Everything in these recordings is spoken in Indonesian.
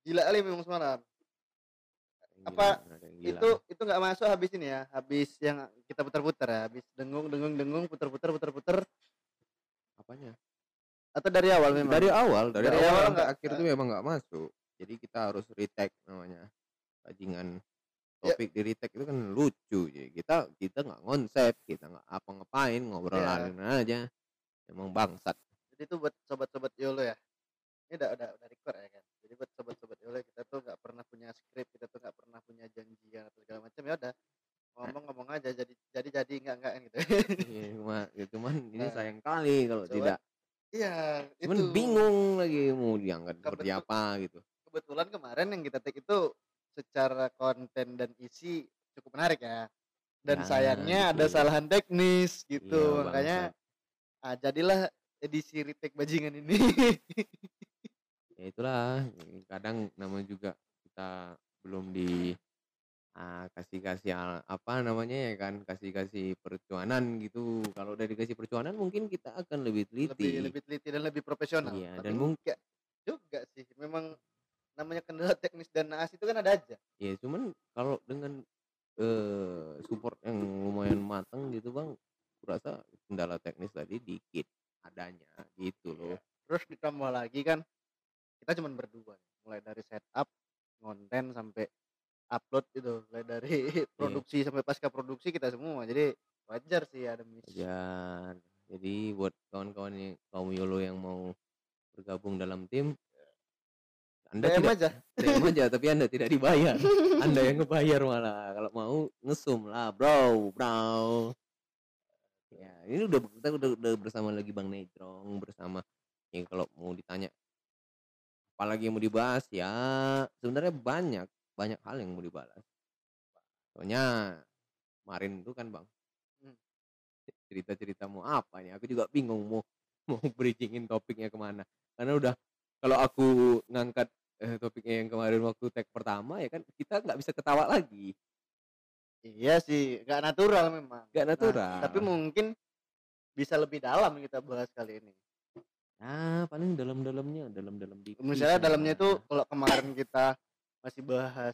Gila kali memang semalam. Yang gila, Apa ada yang gila. itu nggak masuk habis ini ya, habis yang kita putar-putar ya, habis dengung dengung dengung putar-putar putar-putar Apanya? atau dari awal memang? Dari Dari awal awal sampai nggak akhir itu memang nggak masuk. Jadi kita harus retake namanya. Bajingan ya, topik di retake itu kan lucu. Jadi kita kita nggak konsep, kita nggak apa ngapain, ngobrol ya. aja. Emang bangsat. Jadi itu buat sobat-sobat YOLO ya. Ini udah record ya kan. Jadi buat sobat-sobat YOLO kita tuh nggak pernah punya skrip, kita tuh nggak pernah punya janjian atau segala macam ya udah Nah, ngomong-ngomong aja jadi enggak gitu. iya, cuman ini Nah, sayang kali kalau sobat tidak. iya Cuman itu bingung lagi mau diangkat seperti kebetul apa gitu. kebetulan kemarin yang kita take itu secara konten dan isi cukup menarik ya. Dan Ya sayangnya ada gitu. kesalahan teknis Iya gitu, makanya bangsat. jadilah edisi retake bajingan ini. Ya itulah, kadang namanya juga kita belum di kasih-kasih apa namanya ya kan, kasih-kasih percuanan gitu. Kalau udah dikasih percuanan mungkin kita akan lebih Lebih teliti. lebih teliti dan lebih profesional, Iya, tapi dan enggak juga sih, memang namanya kendala teknis dan naas itu kan ada aja. ya cuman kalau dengan support yang lumayan matang gitu Bang, kurasa kendala teknis tadi dikit adanya gitu Iya. loh. Terus ditambah lagi kan kita cuman berdua, mulai dari setup, konten, sampai upload itu, mulai dari Iya, produksi sampai pasca produksi kita semua, jadi wajar sih ada miss. wajar. Jadi buat kawan-kawan yang kaum YOLO yang mau bergabung dalam tim, Anda DM tidak aja. DM aja tapi Anda tidak dibayar. Anda yang ngebayar malah. Kalau mau ngesum lah, Bro, Bro. Ya, ini kita udah bersama lagi Bang Nejrong bersama. Ya kalau mau ditanya apalagi yang mau dibahas ya sebenarnya banyak banyak hal yang mau dibahas. Soalnya kemarin itu kan Bang, Hmm. cerita-cerita mau apa nih? Aku juga bingung mau mau bridgingin topiknya kemana. Karena udah kalau aku ngangkat topiknya yang kemarin waktu tag pertama ya kan kita nggak bisa ketawa lagi, Iya sih, nggak natural memang. nggak Nah, tapi natural. mungkin bisa lebih dalam kita bahas kali ini. Nah, paling dalam-dalamnya dalam-dalam dikit Misalnya dalamnya itu lah. kalau kemarin kita masih bahas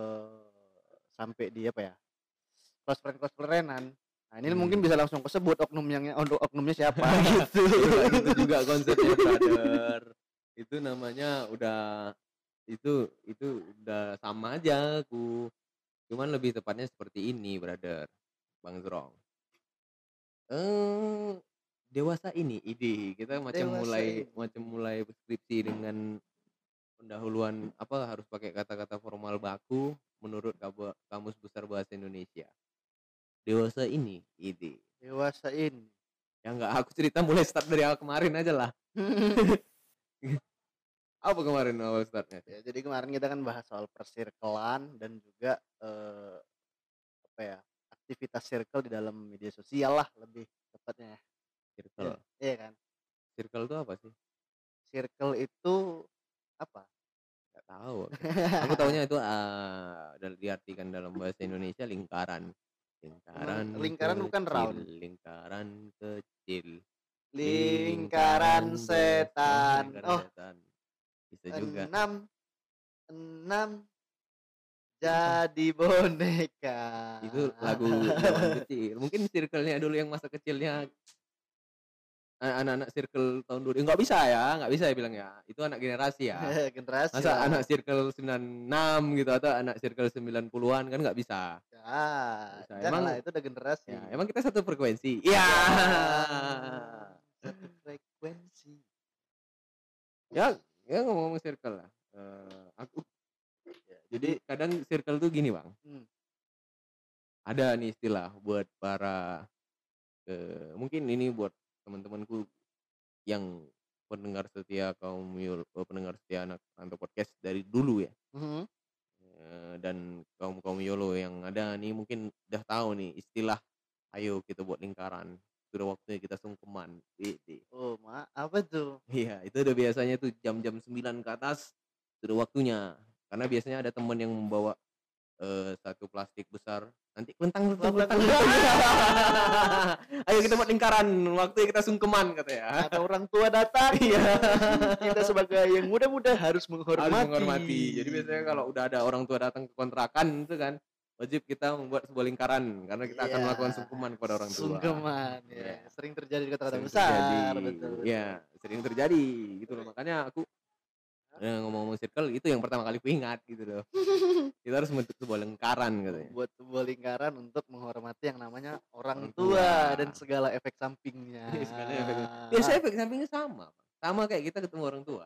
sampai di apa ya? Close friend-an. Nah, ini mungkin Hmm. bisa langsung kesebut oknumnya siapa gitu. Ya nggak gitu juga konsepnya brother. Itu namanya udah itu udah sama aja aku. Cuman lebih tepatnya seperti ini brother, Bang Zrong. Eh dewasa ini ide kita Dewasa ini. macam mulai skripsi dengan pendahuluan apa harus pakai kata-kata formal baku menurut Kamus Besar Bahasa Indonesia. Dewasa ini ide. Dewasa ini. Ya enggak aku cerita mulai start dari awal kemarin aja lah. Apa kemarin awal startnya? Ya, jadi kemarin kita kan bahas soal persirkelan dan juga apa ya? Aktivitas circle di dalam media sosial lah lebih tepatnya ya. Iya, Circle. iya kan? Circle itu apa sih? Circle itu apa? Enggak tahu aku. Aku taunya itu diartikan dalam bahasa Indonesia lingkaran. Emang Lingkaran lingkaran bukan kecil, round. lingkaran kecil. Lingkaran Lingkaran besar, setan. lingkaran Oh, setan. Bisa juga. enam enam Itu jadi boneka. itu lagu zaman kecil. Mungkin circle-nya dulu yang masa kecilnya anak-anak circle tahun dulu nggak bisa ya, nggak bisa ya bilang ya. Itu anak generasi ya. Generasi Masa anak lah. circle 96 gitu atau anak circle 90-an kan nggak bisa. Nggak Ya, bisa. janganlah itu udah generasi. Emang kita satu frekuensi. Iya. Ya, satu frekuensi. Ya, ya ngomong-ngomong circle lah. Aku Ya, jadi jadi kadang circle tuh gini, Bang. hmm, Ada nih istilah buat para mungkin ini buat teman-temanku yang pendengar setia pendengar setia anak Anto Podcast dari dulu ya. mhm. Dan kaum-kaum YOLO yang ada nih mungkin udah tahu nih istilah ayo kita buat lingkaran. Sudah waktunya kita sungkeman. Widih. Oh, apa tuh? Iya, itu udah biasanya tuh jam-jam 9 ke atas sudah waktunya. Karena biasanya ada teman yang membawa satu plastik besar, nanti kelentang Kelentang. ayo kita buat lingkaran, waktunya kita sungkeman katanya. Atau orang tua datang, Iya. kita sebagai yang muda-muda harus Harus menghormati. menghormati. Jadi biasanya kalau udah ada orang tua datang ke kontrakan itu kan, wajib kita membuat sebuah lingkaran karena kita akan Iya, melakukan sungkeman kepada orang tua. sungkeman, ya. Iya. Sering terjadi di kota-kota Sering besar, terjadi. betul. Iya, sering terjadi gitu loh. Makanya aku ngomong-ngomong circle itu yang pertama kali kuingat gitu loh. Kita harus membentuk sebuah lingkaran katanya. Buat sebuah lingkaran untuk menghormati yang namanya orang Orang tua tua. dan segala efek sampingnya. Biasanya efek sampingnya sama. Sama kayak kita ketemu orang tua.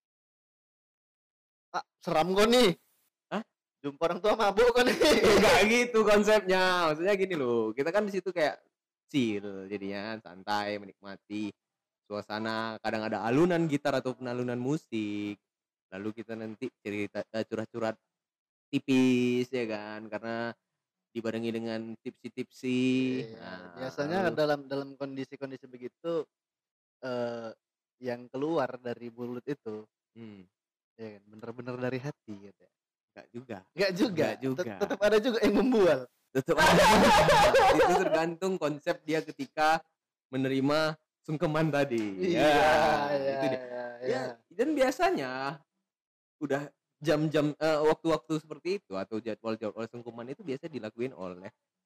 Pak, seram kok nih. Hah? Jumpa orang tua mabuk kok nih. Enggak gitu konsepnya. Maksudnya gini loh, kita kan di situ kayak chill jadinya, santai menikmati suasana, kadang ada alunan gitar ataupun alunan musik. Lalu kita nanti cerita curhat-curhat tipis ya kan, karena dibarengi dengan tipsi-tipsi. Iya, Nah, biasanya lalu dalam kondisi-kondisi begitu yang keluar dari mulut itu ya kan bener-bener dari hati gitu ya. enggak juga. Enggak juga, Enggak juga. tetap ada juga yang membual. Tetap ada. Itu tergantung konsep dia ketika menerima sungkeman tadi. Iya, iya, itu dia. iya, Ya, iya. dan biasanya udah jam-jam waktu-waktu seperti itu atau jadwal-jadwal sungkeman itu biasa dilakuin oleh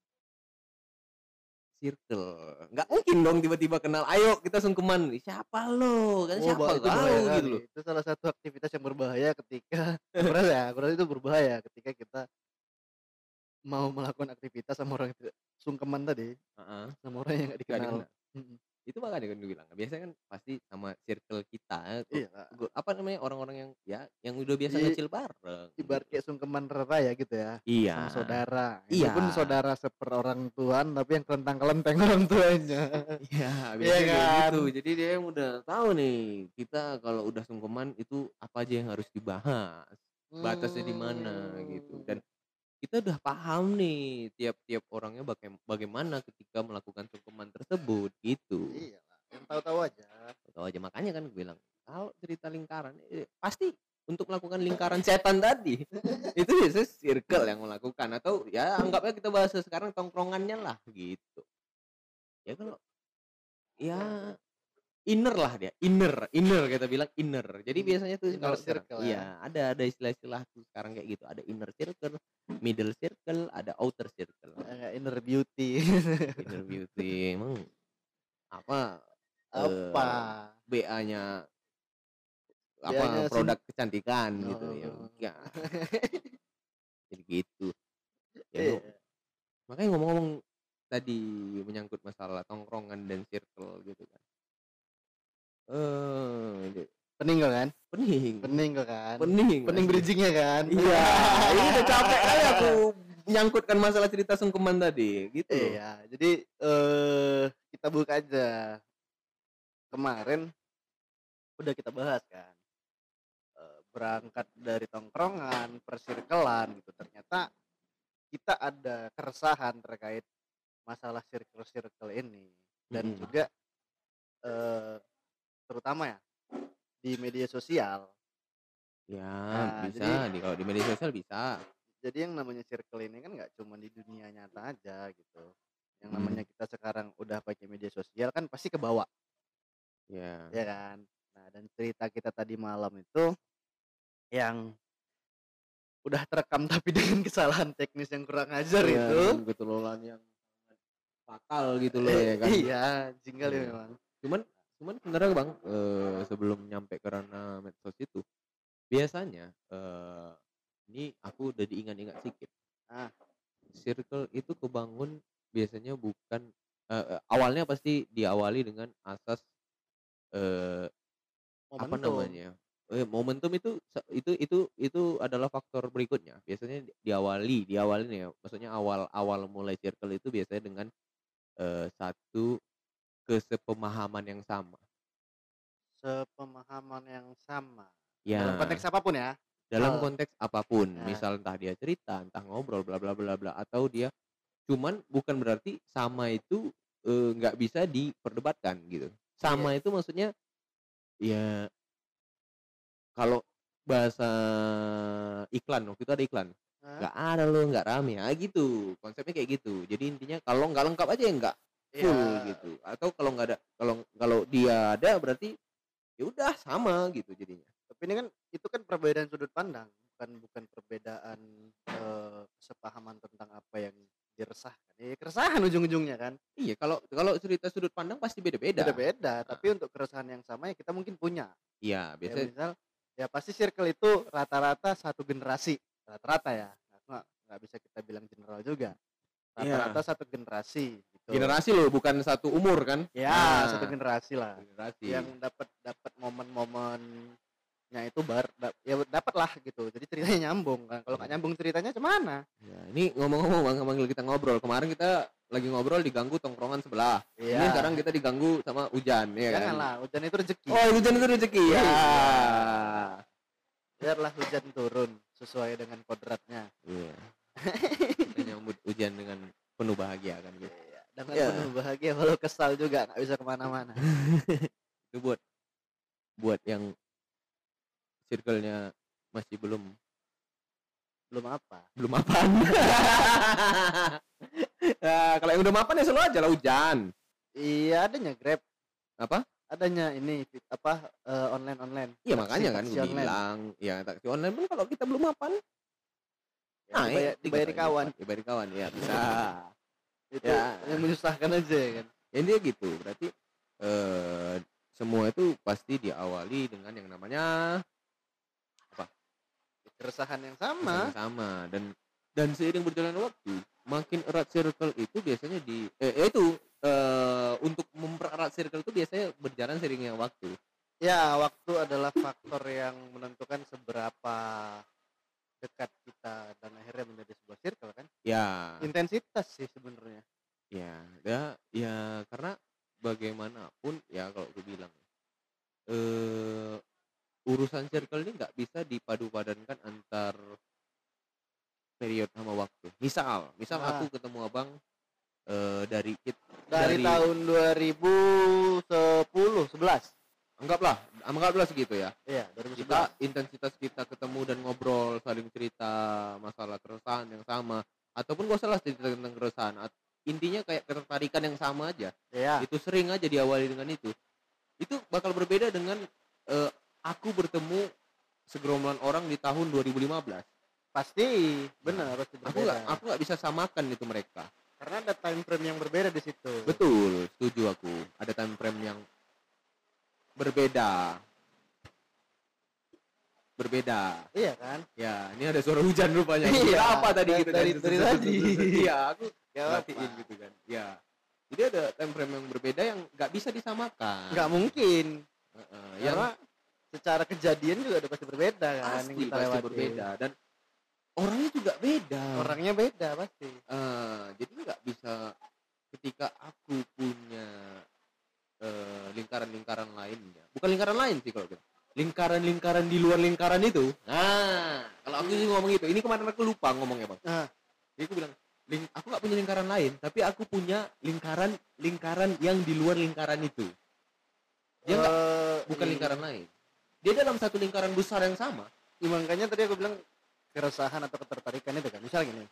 circle. Nggak mungkin dong tiba-tiba kenal, "Ayo kita sungkeman." Siapa lo? Kan Oh, siapa itu bahaya kau gitu kali. loh. Itu salah satu aktivitas yang berbahaya ketika aku rasa itu berbahaya ketika kita mau melakukan aktivitas sama orang yang tidak sungkeman tadi, Heeh, sama orang yang nggak nggak dikenal. dikenal. Itu makanya kan gue bilang, biasanya kan pasti sama circle kita Iya, apa namanya, orang-orang yang ya yang udah biasa I ngecil bareng ibarat gitu. kayak sungkeman raya gitu ya, Iya. sama saudara. Iya. Itu pun saudara seperorangtuan tapi yang kelentang-kelenteng orang tuanya. Iya, Iya biasanya kayak kan? gitu. Jadi dia yang udah tahu nih, kita kalau udah sungkeman itu apa aja yang harus dibahas, batasnya di mana gitu. Dan kita udah paham nih tiap-tiap orangnya bagaimana ketika melakukan sungkeman tersebut gitu. Iyalah, yang tahu-tahu aja. Tahu aja, makanya kan gue bilang kalau cerita lingkaran pasti untuk melakukan lingkaran setan tadi itu biasanya circle yang melakukan, atau ya anggapnya kita bahas sekarang tongkrongannya lah gitu. Ya kalau ya inner lah dia, inner kita bilang inner. Jadi biasanya tuh Inner kalau sekarang circle ya. iya, ada istilah-istilah tuh sekarang kayak gitu. Ada inner circle, middle circle, ada outer circle. Inner beauty. Inner beauty emang apa Apa? BA-nya BA-nya produk kecantikan gitu ya. Oh. Enggak. Jadi gitu. Ya Iya. makanya ngomong-ngomong tadi menyangkut masalah tongkrongan dan circle gitu kan. Pening kok kan? Pening. Pening kok kan? Pening Pening asli. bridging-nya kan? Iya, ini udah capek kali aku menyangkutkan masalah cerita sungkeman tadi, gitu loh. Iya, jadi kita buka aja. Kemarin udah kita bahas kan. Berangkat dari tongkrongan, persirkelan gitu. Ternyata kita ada keresahan terkait masalah circle-circle ini dan juga terutama ya di media sosial. Ya, Nah, bisa kalau di media sosial bisa. Jadi yang namanya circle ini kan nggak cuma di dunia nyata aja gitu. Yang namanya kita sekarang udah pakai media sosial kan pasti kebawa, Ya. ya kan? Nah, dan cerita kita tadi malam itu yang udah terekam tapi dengan kesalahan teknis yang kurang ajar Iya, itu. dengan keterlaluan yang sangat fatal gitu loh ya kan. Iya, jinggal ya Iya. memang. Cuman sebenarnya Bang, sebelum nyampe ke ranah medsos itu, biasanya ini aku udah diingat-ingat sedikit. Ah. Circle itu kebangun biasanya bukan awalnya pasti diawali dengan asas apa Momentum. namanya? Momentum itu adalah faktor berikutnya. Biasanya diawali nih ya. Maksudnya awal mulai circle itu biasanya dengan satu kesepemahaman yang sama. Sepemahaman yang sama. Ya. Dalam konteks apapun ya. Dalam konteks apapun, Nah. misal entah dia cerita, entah ngobrol bla bla bla bla, atau dia cuman bukan berarti sama itu nggak bisa diperdebatkan gitu. Sama itu maksudnya ya kalau bahasa iklan, waktu itu ada iklan. Heeh. nggak ada lo, nggak rame, gitu, konsepnya kayak gitu. Jadi intinya kalau nggak lengkap aja ya nggak full Iya. gitu, atau kalau nggak ada, kalau dia ada berarti ya udah sama gitu jadinya. Tapi ini kan itu kan perbedaan sudut pandang, bukan perbedaan, kesepahaman tentang apa yang diresahkan. Ya keresahan ujung-ujungnya kan. Iya, kalau kalau cerita sudut pandang pasti beda-beda. Beda-beda, Heeh. tapi untuk keresahan yang sama ya kita mungkin punya. Iya, Ya biasanya misal, ya pasti circle itu rata-rata satu generasi, rata-rata ya, nggak bisa kita bilang general juga. iya, Rata-rata satu generasi gitu. generasi loh, bukan satu umur kan. Ya, satu Nah, generasi lah. Yang generasi. dapat dapat momen-momennya itu ya dapatlah gitu. Jadi ceritanya nyambung kan. Kalau nggak Iya. nyambung ceritanya cemana? Ya, ini ngomong-ngomong Bang, manggil kita ngobrol. Kemarin kita lagi ngobrol diganggu tongkrongan sebelah. Ini Iya, sekarang kita diganggu sama hujan, ya kan? janganlah, hujan itu rezeki. Oh, hujan itu rezeki ya. Iya, biarlah hujan turun sesuai dengan kodratnya. Iya. Kita nyambut hujan dengan penuh bahagia kan gitu. Iya, dengan Ya, penuh bahagia walau kesal juga nggak bisa kemana-mana. itu buat buat yang circle-nya masih belum Belum apa? belum mapan. Nah, kalau yang udah mapan ya selalu aja lah hujan. Iya, adanya Grab, Apa? adanya ini apa, online-online, Iya makanya kan taksi gue online. bilang, ya taksi online pun kalau kita belum mapan, Ya, naik dibayari kawan. dibayar kawan, ya bisa. Itu Ya, yang menyusahkan aja ya kan. ya intinya gitu. Berarti semua itu pasti diawali dengan yang namanya apa? Keresahan yang Kesan sama. yang sama, dan seiring berjalannya waktu makin erat circle itu biasanya itu untuk mempererat circle itu biasanya berjalan seiringnya waktu. Ya, waktu adalah faktor yang menentukan seberapa dekat kita dan akhirnya menjadi sebuah circle kan. Ya, Intensitas sih sebenarnya. ya karena bagaimanapun ya kalau gue bilang eh urusan circle ini nggak bisa dipadu-padankan antar periode sama waktu. Misal Nah, aku ketemu abang dari dari dari tahun 2010, 11. anggaplah segitu ya. Iya, Kita 2011. intensitas kita ketemu dan ngobrol, saling cerita masalah keresahan yang sama, ataupun gak usah lah cerita tentang keresahan. Intinya kayak ketertarikan yang sama aja. Iya, Itu sering aja diawali dengan itu. Itu bakal berbeda dengan aku bertemu segerombolan orang di tahun 2015. pasti Nah, benar, pasti aku nggak berbeda. aku nggak bisa samakan itu mereka. Karena ada time frame yang berbeda di situ. Betul, setuju aku. Ada time frame yang berbeda. Berbeda. Iya kan? Ya, ini ada suara hujan rupanya. Aku Iya, kira apa tadi gitu kan? dari tadi. Iya, aku Gak perhatiin apa. gitu kan. Ya. Jadi ada time frame yang berbeda yang nggak bisa disamakan. Nggak mungkin. Heeh, Karena secara kejadian juga udah pasti berbeda kan pasti yang kita pasti lewati. berbeda dan orangnya juga beda. Orangnya beda pasti. Jadi nggak bisa ketika aku punya lingkaran-lingkaran lainnya. Bukan lingkaran lain sih kalau gitu. Lingkaran-lingkaran di luar lingkaran itu. Nah, kalau aku sih ngomong gitu. Ini kemarin aku lupa ngomongnya, Bang. Nah, Jadi aku bilang, aku nggak punya lingkaran lain, tapi aku punya lingkaran yang di luar lingkaran itu. Dia nggak, bukan lingkaran lain. Dia dalam satu lingkaran besar yang sama. ya, makanya tadi aku bilang keresahan atau ketertarikan itu kan. Misal gini.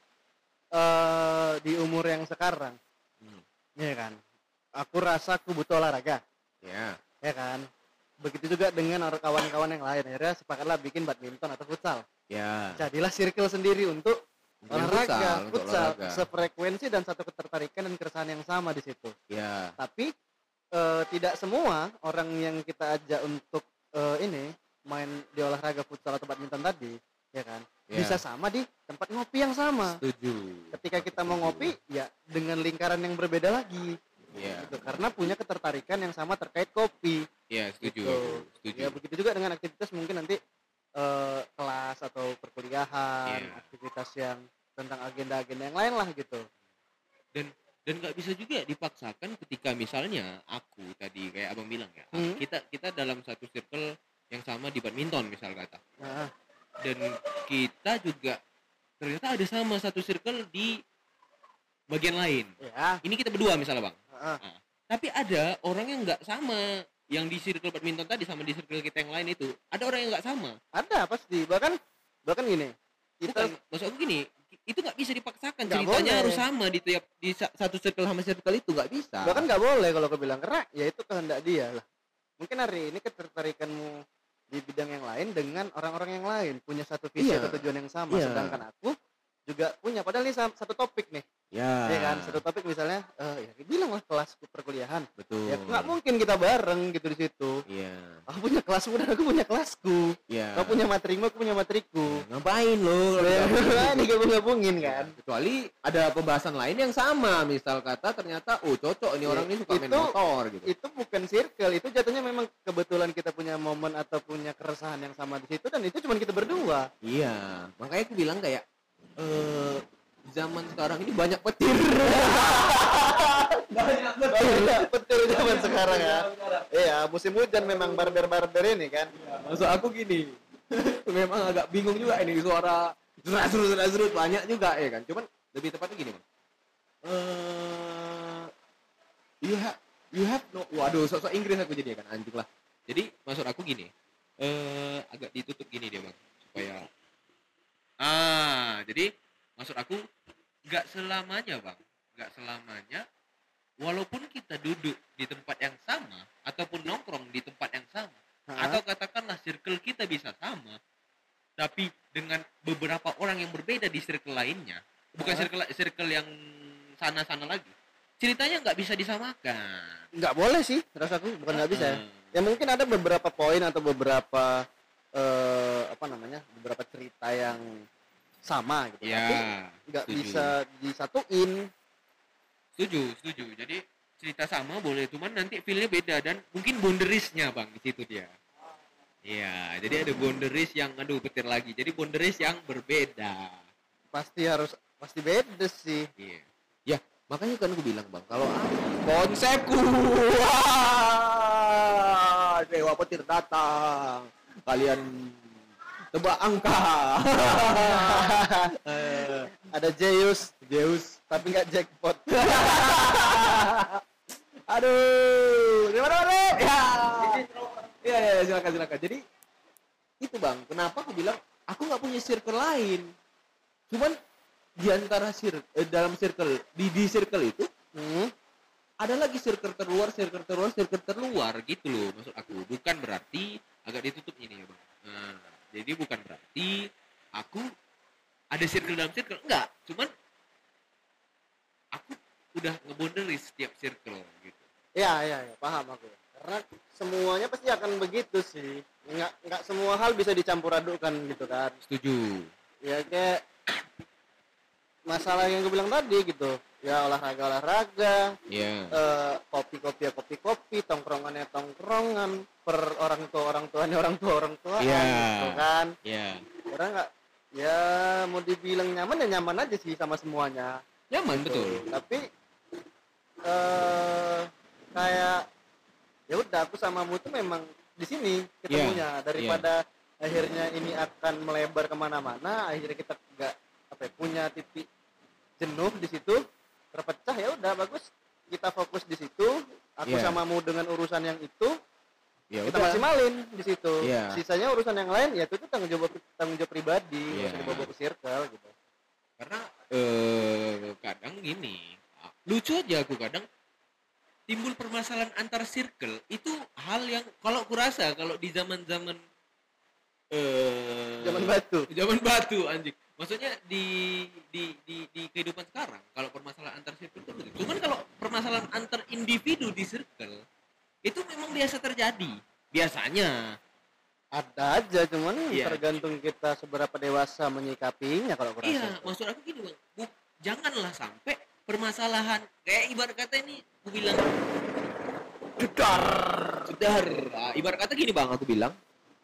Di umur yang sekarang, ya kan. Aku rasa aku butuh olahraga, Ya. ya kan. Begitu juga dengan kawan-kawan yang lain. Akhirnya sepakatlah bikin badminton atau futsal. Ya. Jadilah circle sendiri untuk olahraga, Untuk futsal, olahraga. sefrekuensi dan satu ketertarikan dan keresahan yang sama di situ. Ya. Tapi tidak semua orang yang kita ajak untuk ini main di olahraga futsal atau badminton tadi, ya kan, Ya. bisa sama di tempat ngopi yang sama. Setuju. Ketika kita mau ngopi, ya dengan lingkaran yang berbeda lagi, Ya. gitu. Karena punya ketertarikan yang sama terkait kopi. Ya, setuju. Gitu. Aku. Setuju. Ya begitu juga dengan aktivitas mungkin nanti kelas atau perkuliahan, Iya. aktivitas yang tentang agenda-agenda yang lain lah gitu. Dan nggak bisa juga dipaksakan ketika misalnya aku tadi kayak abang bilang ya, Hmm. kita dalam satu circle yang sama di badminton misal kata, Nah, dan kita juga ternyata ada sama satu circle di bagian lain. ya, Ini kita berdua misalnya bang, heeh. tapi ada orang yang nggak sama, yang di circle badminton tadi sama di circle kita yang lain itu ada orang yang nggak sama. Ada pasti. Bahkan gini, kita Bukan, maksud aku gini, itu nggak bisa dipaksakan, Nggak ceritanya boleh. harus sama di tiap satu circle sama circle itu nggak bisa. bahkan nggak boleh kalau aku bilang, karena ya itu kehendak dia lah. Mungkin hari ini ketertarikanmu di bidang yang lain dengan orang-orang yang lain punya satu visi Iya. atau tujuan yang sama, Iya. sedangkan aku juga punya, padahal ini satu topik nih, Ya. ya kan, satu topik misalnya, ya bilang lah kelas perkuliahan, Betul. ya nggak mungkin kita bareng gitu di situ. Iya. Aku punya kelasku dan aku punya kelasku, Iya. kau punya materimu, aku punya materiku. Ngapain lo? Ini gabung-gabungin kan. Kecuali ada pembahasan lain yang sama, misal kata ternyata cocok ini orang ini suka main Itu- motor gitu. Itu bukan circle, itu jatuhnya memang kebetulan kita punya momen atau punya keresahan yang sama di situ, dan itu cuma kita berdua. Iya, makanya aku bilang kayak zaman sekarang ini banyak petir. Banyak Betul zaman sekarang ya. Iya, musim hujan memang barber ini kan. Maksud aku gini, memang agak bingung juga ini suara zrut banyak juga ya kan. Cuman lebih tepatnya gini, Bang. You have no, waduh, sok Inggris aku jadi kan, anjing lah. Jadi maksud aku gini, agak ditutup gini dia, Bang, supaya jadi maksud aku nggak selamanya, Bang, nggak selamanya walaupun kita duduk di tempat yang sama ataupun nongkrong di tempat yang sama, atau katakanlah circle kita bisa sama, tapi dengan beberapa orang yang berbeda di circle lainnya, bukan circle yang sana-sana lagi, ceritanya nggak bisa disamakan. Nggak boleh sih, rasaku bukan nggak bisa. Ya mungkin ada beberapa poin atau beberapa beberapa cerita yang sama gitu, Ya, tapi nggak setuju. bisa disatuin. Setuju. Jadi cerita sama boleh, cuman nanti feel-nya beda dan mungkin boundaries-nya, Bang, di situ dia. Iya, jadi ada boundaries yang petir lagi. Jadi boundaries yang berbeda. Pasti beda sih. Iya. Ya, makanya kan aku bilang, Bang, kalau konsepku dewa petir datang. Kalian tebak angka. Ada Zeus tapi nggak jackpot. Aduh, gimana, Bang? Ya. Ya, silakan. Jadi itu, Bang, kenapa aku bilang aku nggak punya circle lain. Cuman di antara dalam circle di circle itu ada lagi circle terluar gitu loh, maksud aku. Bukan berarti agak ditutup ini ya, Bang. Nah, jadi bukan berarti aku ada circle dalam circle, enggak. Cuman aku udah ngebonderin setiap circle gitu. Ya, paham aku. Karena semuanya pasti akan begitu sih. Nggak semua hal bisa dicampur adukkan gitu kan. Setuju. Ya kayak masalah yang gue bilang tadi gitu. Ya olahraga, Iya. kopi, tongkrongannya tongkrongan, per orang tuanya orang tua Iya. gitu kan. Iya. Orang nggak, ya mau dibilang nyaman ya nyaman aja sih sama semuanya. Nyaman, betul. Tapi kayak ya udah, aku sama mu tuh memang di sini ketemunya, daripada akhirnya ini akan melebar kemana-mana, akhirnya kita nggak punya titik jenuh di situ, terpecah. Ya udah, bagus, kita fokus di situ, aku sama mu dengan urusan yang itu, Ya kita udah. maksimalin di situ. Iya. Sisanya urusan yang lain ya itu tuh tanggung jawab pribadi, Iya. usah dibawa ke circle gitu. Karena kadang gini, lucu aja aku kadang timbul permasalahan antar circle itu hal yang kalau kurasa kalau di zaman Zaman batu. zaman batu anjing, maksudnya di kehidupan sekarang kalau permasalahan antar circle itu begitu. Cuman kalau permasalahan antar individu di circle itu memang biasa terjadi biasanya. Ada aja, cuman Iya. tergantung kita seberapa dewasa menyikapinya kalau aku rasa. Iya, maksud aku gini, Bang. Janganlah sampai permasalahan kayak ibarat kata ini aku bilang jedar. Nah, ibarat kata gini, Bang, aku bilang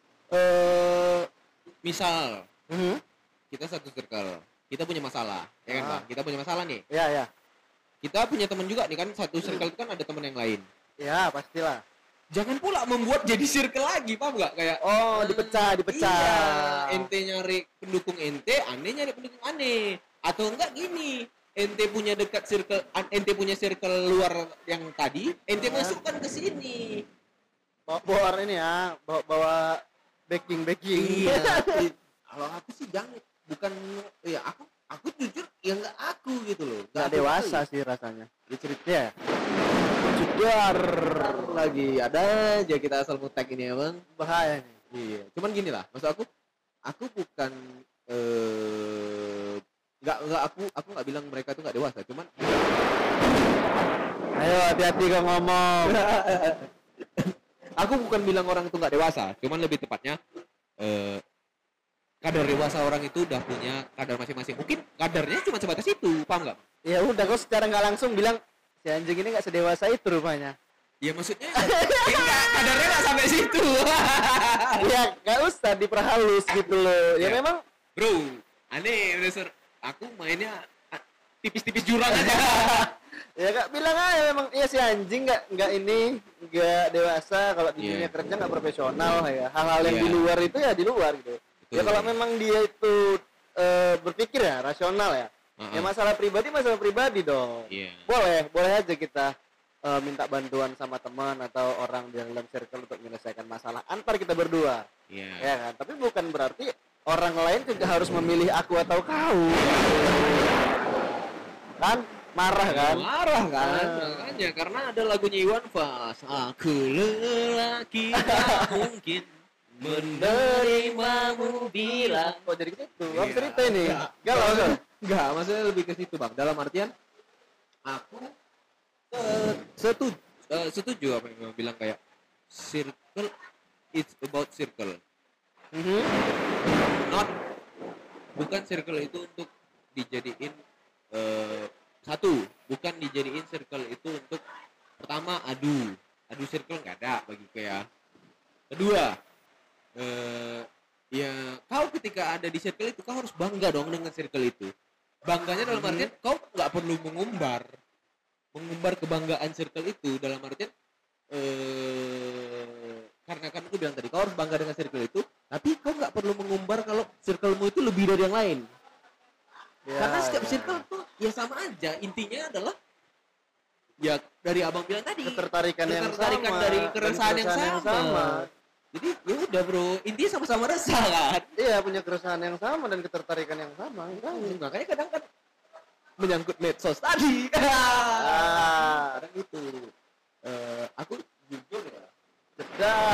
misal kita satu circle, kita punya masalah, ya kan, Bang? Kita punya masalah nih. Ya. Kita punya teman juga nih kan, satu circle itu kan ada teman yang lain. Ya, pastilah. Jangan pula membuat jadi circle lagi, paham nggak? Kayak Dipecah. Iya, ente nyari pendukung ente, aneh nyari pendukung aneh. Atau enggak gini, ente punya dekat circle, ente punya circle luar yang tadi, ente masukkan ke sini. Bawa ini ya, bawa backing. Iya. Kalau aku sih jangan, bukan ya aku jujur ya nggak aku gitu loh. Nggak Aku dewasa tahu. sih rasanya. Ya ceritanya Jedar. lagi ada aja kita asal mutek ini emang. Bahaya nih. Iya, cuman gini lah, maksud aku bukan nggak aku nggak bilang mereka tuh nggak dewasa, cuman Ayo hati-hati kau ngomong. aku bukan bilang orang itu nggak dewasa, cuman lebih tepatnya kadar dewasa orang itu udah punya kadar masing-masing. Mungkin kadarnya cuma sebatas itu, paham nggak? Ya udah kau secara nggak langsung bilang si anjing ini nggak sedewasa itu rupanya. Ya maksudnya enggak, kadarnya nggak sampai situ. Ya nggak usah diperhalus gitu loh. Ya Ya. memang Bro, aneh udah aku mainnya tipis-tipis jurang aja. ya kak bilang aja memang iya si anjing nggak dewasa kalau di Iya. dunia kerja nggak profesional ya hal-hal yang Iya. di luar itu ya di luar gitu. Ya Betul. kalau memang dia itu berpikir ya rasional ya. Ya masalah pribadi dong. Iya. Boleh aja kita minta bantuan sama teman atau orang di dalam circle untuk menyelesaikan masalah antar kita berdua. Iya. Ya kan? Tapi bukan berarti orang lain juga harus memilih aku atau kau. Kan? Marah kan? Marah kan? Ah. Makanya karena ada lagunya Iwan Fals. Aku lelaki tak mungkin menerimamu bila. Kok jadi gitu? Iya. Apa cerita ini? Enggak. Galau kan? Enggak, maksudnya lebih ke situ, Bang. Dalam artian aku setuju apa yang Bang bilang kayak circle, it's about circle. Not bukan circle itu untuk dijadiin satu, bukan dijadiin circle itu untuk pertama adu circle nggak ada bagi kayak. Kedua, ya kau ketika ada di circle itu kau harus bangga dong dengan circle itu. Bangganya dalam artian kau nggak perlu mengumbar kebanggaan circle itu, dalam artian karena kan aku bilang tadi kau harus bangga dengan circle itu, tapi kau nggak perlu mengumbar kalau circlemu itu lebih dari yang lain. Ya, Karena setiap ya. circle tuh ya sama aja, intinya adalah ya dari abang bilang tadi Ketertarikan yang ketertarikan sama dari dan keresahan yang keresahan sama. Jadi ya udah bro, intinya sama-sama resah kan. Iya, punya keresahan yang sama dan ketertarikan yang sama. Makanya kadang kan menyangkut medsos tadi. Ah, Kadang itu aku jujur ya. jedar.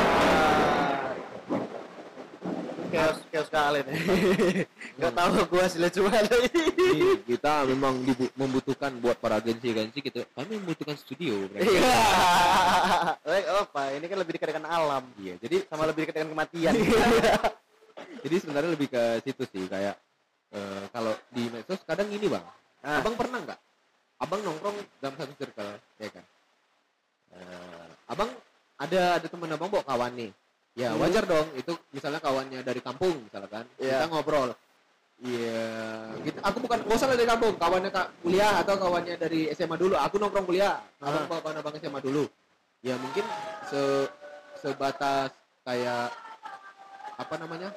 Chaos sekali nih. Gak tahu gua hasilnya cuma Ini kita memang membutuhkan buat para agensi-agensi gitu. Kami membutuhkan studio. Berarti. Iya. Baik, apa? Ini kan lebih dekat dengan alam. Iya, jadi Sama lebih dekat dengan kematian. jadi sebenarnya lebih ke situ sih, kayak kalau di medsos kadang gini bang. Ah. Abang pernah nggak? Abang nongkrong dalam satu circle, ya kan? Abang ada teman abang bawa kawan nih. Ya wajar dong, itu misalnya kawannya dari kampung misalkan, Iya. kita ngobrol. Iya, gitu. Aku bukan bosan dari kampung, kawannya kuliah atau kawannya dari SMA dulu. Aku nongkrong kuliah, abang bawa kawan abang SMA dulu. Ya mungkin sebatas kayak apa namanya?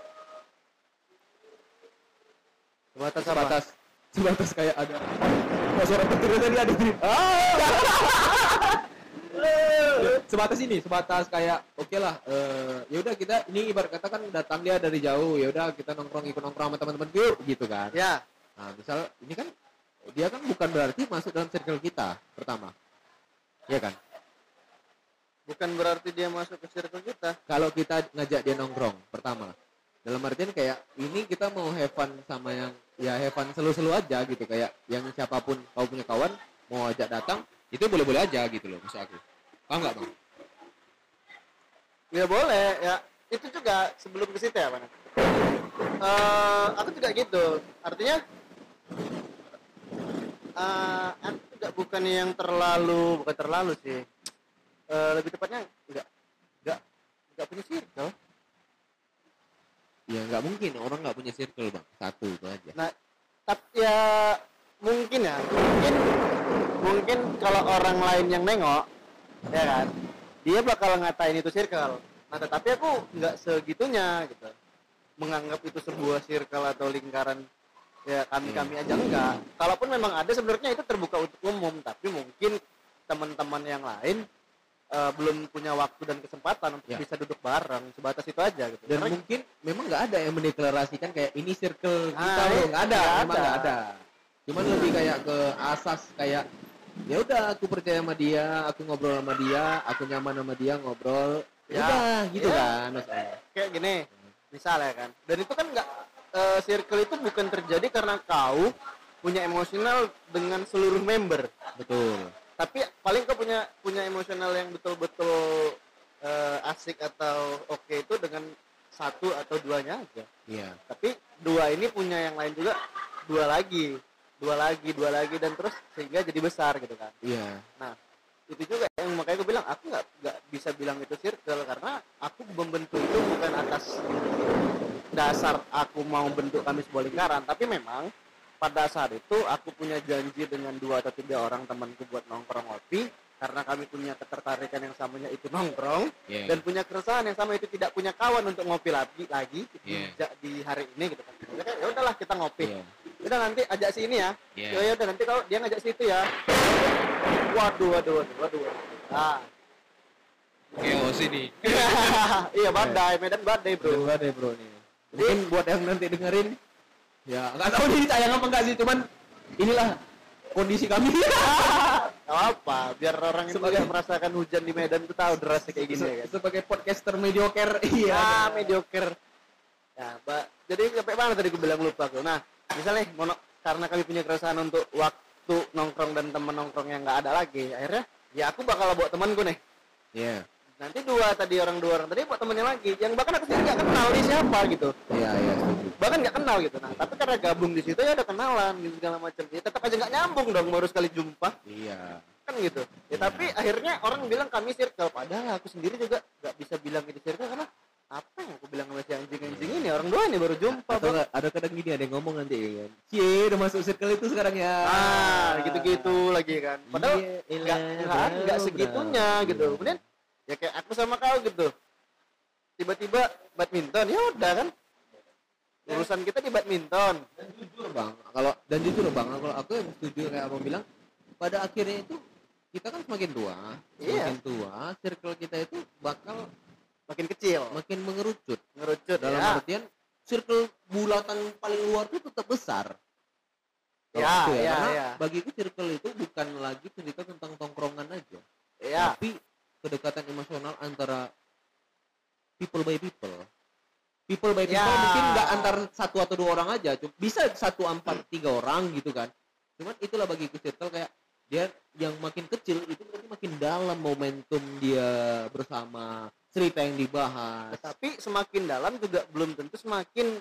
Sebatas kayak ada suara petir tadi ada di sebatas kayak oke lah, ya udah kita ini ibarat kata kan datang dia dari jauh, ya udah kita ikut nongkrong sama teman-teman yuk gitu kan. Ya, Nah misal ini kan dia kan bukan berarti masuk dalam circle kita pertama, ya kan? bukan berarti dia masuk ke circle kita. Kalau kita ngajak dia nongkrong pertama, dalam artian kayak ini kita mau have fun sama yang ya have fun selu-selu aja gitu, kayak yang siapapun kau punya kawan mau ajak datang itu boleh-boleh aja gitu loh maksud aku. Paham nggak bang? Ya boleh, ya. Itu juga sebelum ke situ ya, Pak. Aku juga gitu. Artinya aku juga bukan yang bukan terlalu sih. Lebih tepatnya enggak punya circle. Ya nggak mungkin orang nggak punya circle bang, satu itu aja. Nah, tapi ya mungkin kalau orang lain yang nengok, ya kan, dia bakal ngatain itu circle. Nah, tetapi aku nggak segitunya gitu, menganggap itu sebuah circle atau lingkaran ya kami aja enggak. Kalaupun memang ada sebenarnya itu terbuka untuk umum, tapi mungkin teman-teman yang lain belum punya waktu dan kesempatan untuk bisa duduk bareng, sebatas itu aja gitu. Dan Karena mungkin memang nggak ada yang mendeklarasikan kayak ini circle kita Ah, loh, nggak ada, nggak memang ada. nggak ada. Cuman lebih kayak ke asas kayak ya udah aku percaya sama dia, aku ngobrol sama dia, aku nyaman sama dia ngobrol, Ya, udah gitu ya. kan maksudnya. kayak gini, misalnya kan. Dan itu kan nggak circle itu bukan terjadi karena kau punya emosional dengan seluruh member. Betul. Tapi paling kau punya emosional yang betul-betul asik atau oke itu dengan satu atau duanya aja. Iya. Tapi dua ini punya yang lain juga, dua lagi dan terus sehingga jadi besar gitu kan. Iya. Nah itu juga yang makanya gue bilang aku nggak bisa bilang itu circle karena aku membentuk itu bukan atas dasar aku mau bentuk kami sebuah lingkaran, tapi memang pada saat itu aku punya janji dengan 2 atau 3 orang temanku buat nongkrong ngopi karena kami punya ketertarikan yang samanya itu nongkrong dan punya keresahan yang sama itu tidak punya kawan untuk ngopi lagi di hari ini gitu kan. Ya udahlah kita ngopi. Udah nanti ajak si ini ya. Ya udah nanti kalau dia ngajak si itu ya. Waduh. Nah. Chaos ini. Iya badai, Medan badai bro. Badai bro nih. Mungkin buat yang nanti dengerin, ya nggak tahu nih sayang apa enggak sih, cuman inilah kondisi kami. Gak apa, biar orang itu juga merasakan hujan di Medan tuh tahu derasnya kayak gini ya kan. Sebagai podcaster mediocre, iya. Mediocre. Ya, jadi sampai mana tadi gue bilang lupa gue. Nah, misalnya karena kami punya keresahan untuk waktu nongkrong dan temen nongkrong yang nggak ada lagi, akhirnya ya aku bakal bawa temanku nih. Iya. Nanti dua orang tadi buat temennya lagi, yang bahkan aku sendiri nggak kenal nih siapa gitu. Iya. Bahkan nggak kenal gitu. Nah, tapi karena gabung di situ ya ada kenalan gitu segala macam. Ya tetap aja nggak nyambung dong baru sekali jumpa. Iya. Kan gitu. Ya tapi akhirnya orang bilang kami circle, padahal aku sendiri juga nggak bisa bilang ini circle karena apa yang aku bilang sama si anjing ini orang dua ini baru jumpa. Atau ada kadang gini ada yang ngomong nanti kan, cie udah masuk circle itu sekarang ya. Gitu lagi kan. Padahal nggak segitunya gitu. Kemudian ya kayak aku sama kau gitu. Tiba-tiba badminton ya udah kan. Urusan kita di badminton. Dan jujur bang, kalau aku yang setuju kayak abang bilang, pada akhirnya itu kita kan semakin tua, circle kita itu bakal makin kecil, makin mengerucut ya. Dalam artian circle bulatan paling luar itu tetap besar. Karena bagiku circle itu bukan lagi cerita tentang tongkrongan aja, tapi kedekatan emosional antara people by people mungkin nggak antar 1 atau 2 orang aja, bisa 1, 4, 3 orang gitu kan. Cuman itulah bagiku circle, kayak dia yang makin kecil itu berarti makin dalam momentum dia bersama, cerita yang dibahas. Tapi semakin dalam juga belum tentu semakin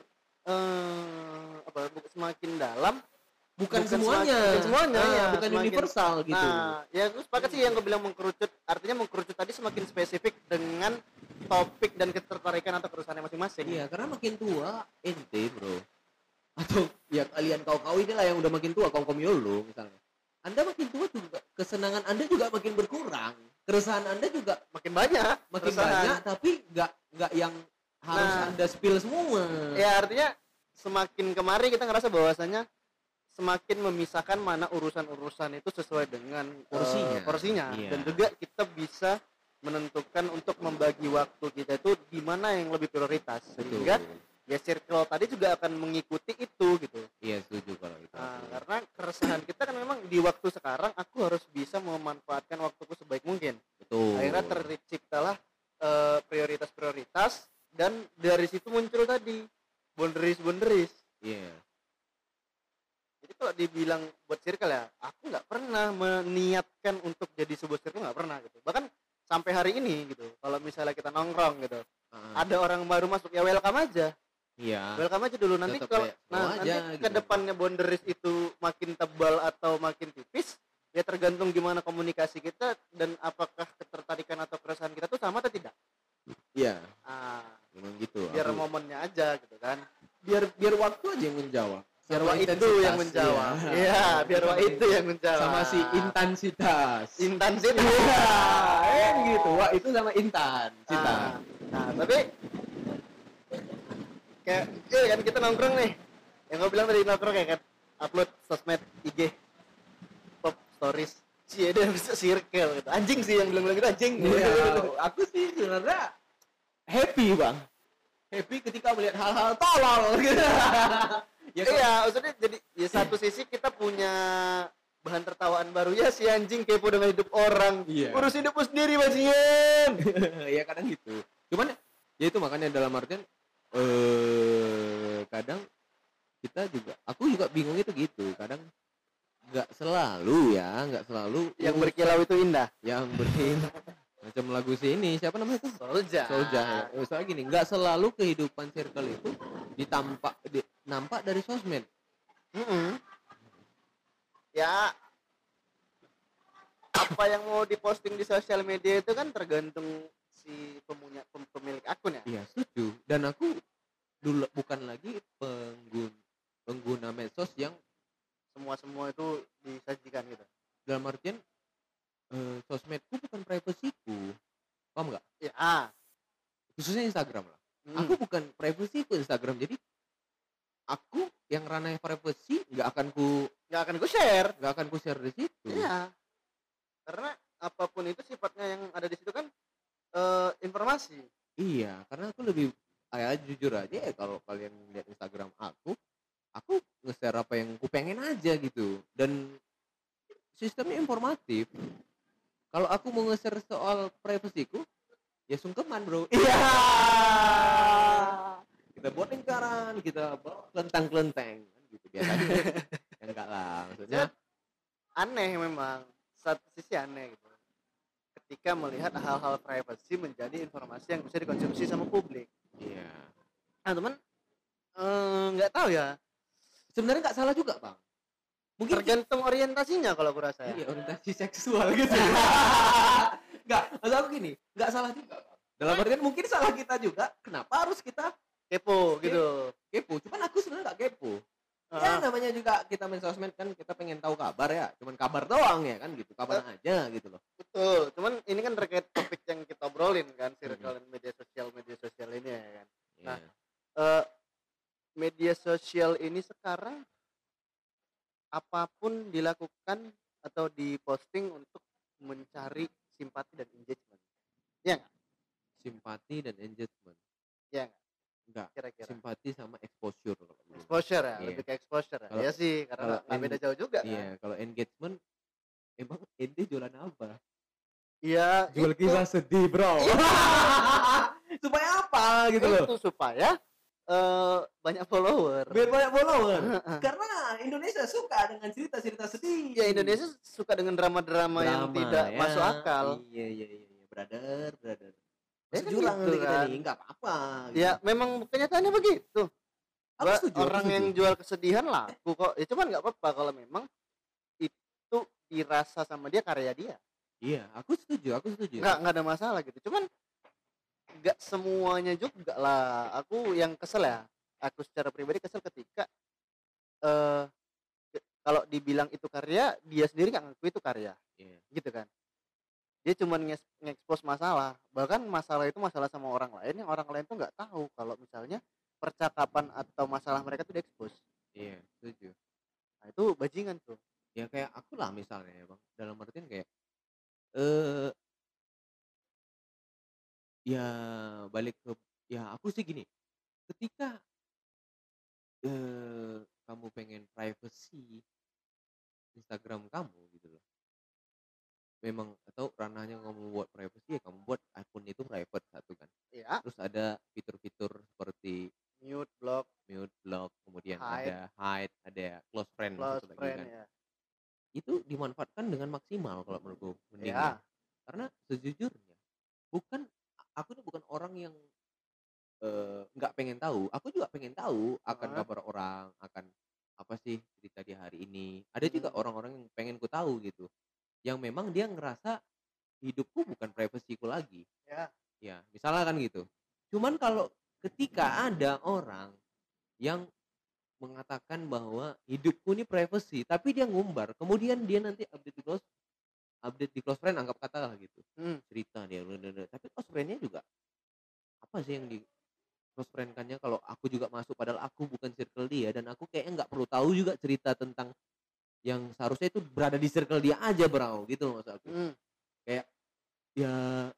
semakin dalam. Bukan semuanya bukan universal gitu. Nah, ya gue sepakat sih yang gue bilang mengkerucut. Artinya mengkerucut tadi semakin spesifik dengan topik dan ketertarikan atau kerusakannya masing-masing. Iya, karena makin tua ente bro, atau ya kalian kau inilah yang udah makin tua, kaum yolo misalnya, Anda makin tua juga kesenangan Anda juga makin berkurang, keresahan Anda juga makin banyak, tapi nggak yang harus Anda spill semua. Ya artinya semakin kemari kita ngerasa bahwasanya semakin memisahkan mana urusan-urusan itu sesuai dengan porsinya. Iya. Dan juga kita bisa menentukan untuk membagi waktu kita itu di mana yang lebih prioritas. Sehingga ya circle tadi juga akan mengikuti itu gitu. Iya, setuju kalau itu. Karena keresahan kita kan memang di waktu sekarang aku harus bisa memanfaatkan waktuku sebaik mungkin. Betul. Akhirnya terciptalah prioritas-prioritas dan dari situ muncul tadi boundaries. Iya. Jadi kalau dibilang buat circle ya, aku nggak pernah meniatkan untuk jadi sebuah circle, nggak pernah gitu. Bahkan sampai hari ini gitu, kalau misalnya kita nongkrong gitu, ada orang baru masuk ya welcome aja. Iya. Welcome aja dulu, nanti kalau nanti ke depannya boundaries itu makin tebal atau makin tipis, ya tergantung gimana komunikasi kita dan apakah ketertarikan atau keresahan kita tuh sama atau tidak. Iya. Memang gitu. Biar momennya aja gitu kan. Biar waktu aja yang menjawab. Biar itu yang menjawab. Iya, biar itu yang menjawab. Sama si intensitas. Iya, gitu. Wah, itu sama intensitas. Nah, tapi kayak kan kita nongkrong nih. Yang gue bilang tadi nongkrong kayak kan upload sosmed IG, pop stories. Cie dia masuk circle gitu. Anjing sih yang bilang-bilang gitu anjing. Iya, aku sih sebenarnya happy bang, happy ketika melihat hal-hal tolol gitu. Ya kan? Iya, maksudnya jadi ya satu sisi kita punya bahan tertawaan baru ya si anjing kepo dengan hidup orang. Iya. Urus hidupmu sendiri bajingan. Ya kadang gitu. Cuman ya itu makanya dalam artian kadang kita juga, aku juga bingung itu gitu. Kadang nggak selalu Yang berkilau itu indah. yang macam lagu sini siapa namanya itu Solja. ya. Soalnya gini, nggak selalu kehidupan circle itu nampak dari sosmed. Ya apa yang mau diposting di sosial media itu kan tergantung si pemilik akun ya. Iya setuju. Dan aku dulu bukan lagi pengguna medsos yang Semua itu disajikan gitu. dalam artian sosmedku bukan privasiku, paham nggak? Ya. Khususnya Instagram lah. Aku bukan privasiku Instagram, jadi aku yang ranah privasi nggak akan ku share di situ. Iya. Karena apapun itu sifatnya yang ada di situ kan informasi. Iya, karena aku lebih jujur aja ya, kalau kalian lihat Instagram aku nge-share apa yang ku pengen aja gitu, dan sistemnya informatif. Kalau aku mau nge-share soal privasiku, ya sungkeman bro. Iya. Kita buat lingkaran, kita bawa kelentang-kelenteng gitu biasanya. Ya enggak lah, maksudnya Aneh memang. Satu sisi aneh gitu. Ketika melihat hal-hal privasi menjadi informasi yang bisa dikonsumsi sama publik. iya. Nah teman nggak tahu ya. Sebenarnya nggak salah juga bang. Mungkin Tergantung orientasinya kalau aku rasa ya. iya, orientasi seksual gitu. Enggak, maksud aku gini, nggak salah juga bang. Dalam artian mungkin salah kita juga. Kenapa harus kita Kepo gitu. kepo? Cuman aku sebenarnya nggak kepo. Ya namanya juga kita main sosmed kan, kita pengen tahu kabar ya. Cuman kabar doang ya kan gitu, kabar aja gitu loh. Betul. Cuman ini kan terkait topik yang kita obrolin kan, circle dan media sosial ini ya kan. Nah, media sosial ini sekarang apapun dilakukan atau diposting untuk mencari simpati dan engagement. Ya nggak? Simpati dan engagement. Ya nggak? Enggak. Kira-kira. Simpati sama exposure. Exposure ya, Iya. lebih ke exposure. Kalau- Ya sih, karena nggak beda jauh juga kan. Iya, kalau engagement emang ente jualan apa? Iya, Jual itu- kisah sedih, bro. Supaya apa gitu loh? itu supaya banyak follower. Biar banyak follower. Karena Indonesia suka dengan cerita-cerita sedih. Ya Indonesia suka dengan drama-drama yang Drama, tidak ya. masuk akal. Iya. Brother. Ya kan Jurang gitu nanti kita kan. nih, enggak apa-apa. Gitu. Ya memang kenyataannya begitu. Aku setuju, Orang yang jual kesedihan laku kok. Ya cuman nggak apa-apa kalau memang itu dirasa sama dia karya dia. Iya, aku setuju. Nggak ada masalah gitu. Cuman nggak semuanya juga lah. Aku yang kesel ya. Aku secara pribadi kesel ketika kalau dibilang itu karya, dia sendiri nggak ngaku itu karya. Iya. Gitu kan. Dia cuma nge-expose masalah, bahkan masalah itu masalah sama orang lain yang orang lain tuh nggak tahu kalau misalnya percakapan atau masalah mereka tuh di-expose. Iya, setuju. Nah itu bajingan tuh. Ya kayak aku lah misalnya ya bang, dalam artian kayak ya balik ke, ya aku sih gini, ketika kamu pengen privacy Instagram kamu gitu loh, memang atau ranahnya kamu buat privacy, ya kamu buat akun itu private satu kan. Iya. Terus ada fitur-fitur seperti Mute, block, kemudian Hide. ada hide, ada close friend, close satu lagi friend kan. ya. Itu dimanfaatkan dengan maksimal kalau menurutku, mending Ya. ya. Karena sejujurnya aku tuh bukan orang yang nggak pengen tahu. Aku juga pengen tahu akan kabar orang, akan apa sih cerita di hari ini. Ada juga orang-orang yang pengen ku tahu gitu, yang memang dia ngerasa hidupku bukan privasiku lagi. Ya misalnya kan gitu. Cuman kalau ketika ada orang yang mengatakan bahwa hidupku ini privacy, tapi dia ngumbar, kemudian dia nanti update di close friend, anggap katalah gitu, cerita dia, tapi close friendnya juga apa sih yang di close friend kannya, kalau aku juga masuk padahal aku bukan circle dia, dan aku kayaknya nggak perlu tahu juga cerita tentang yang seharusnya itu berada di circle dia aja, Bro, gitu loh maksud aku. Kayak ya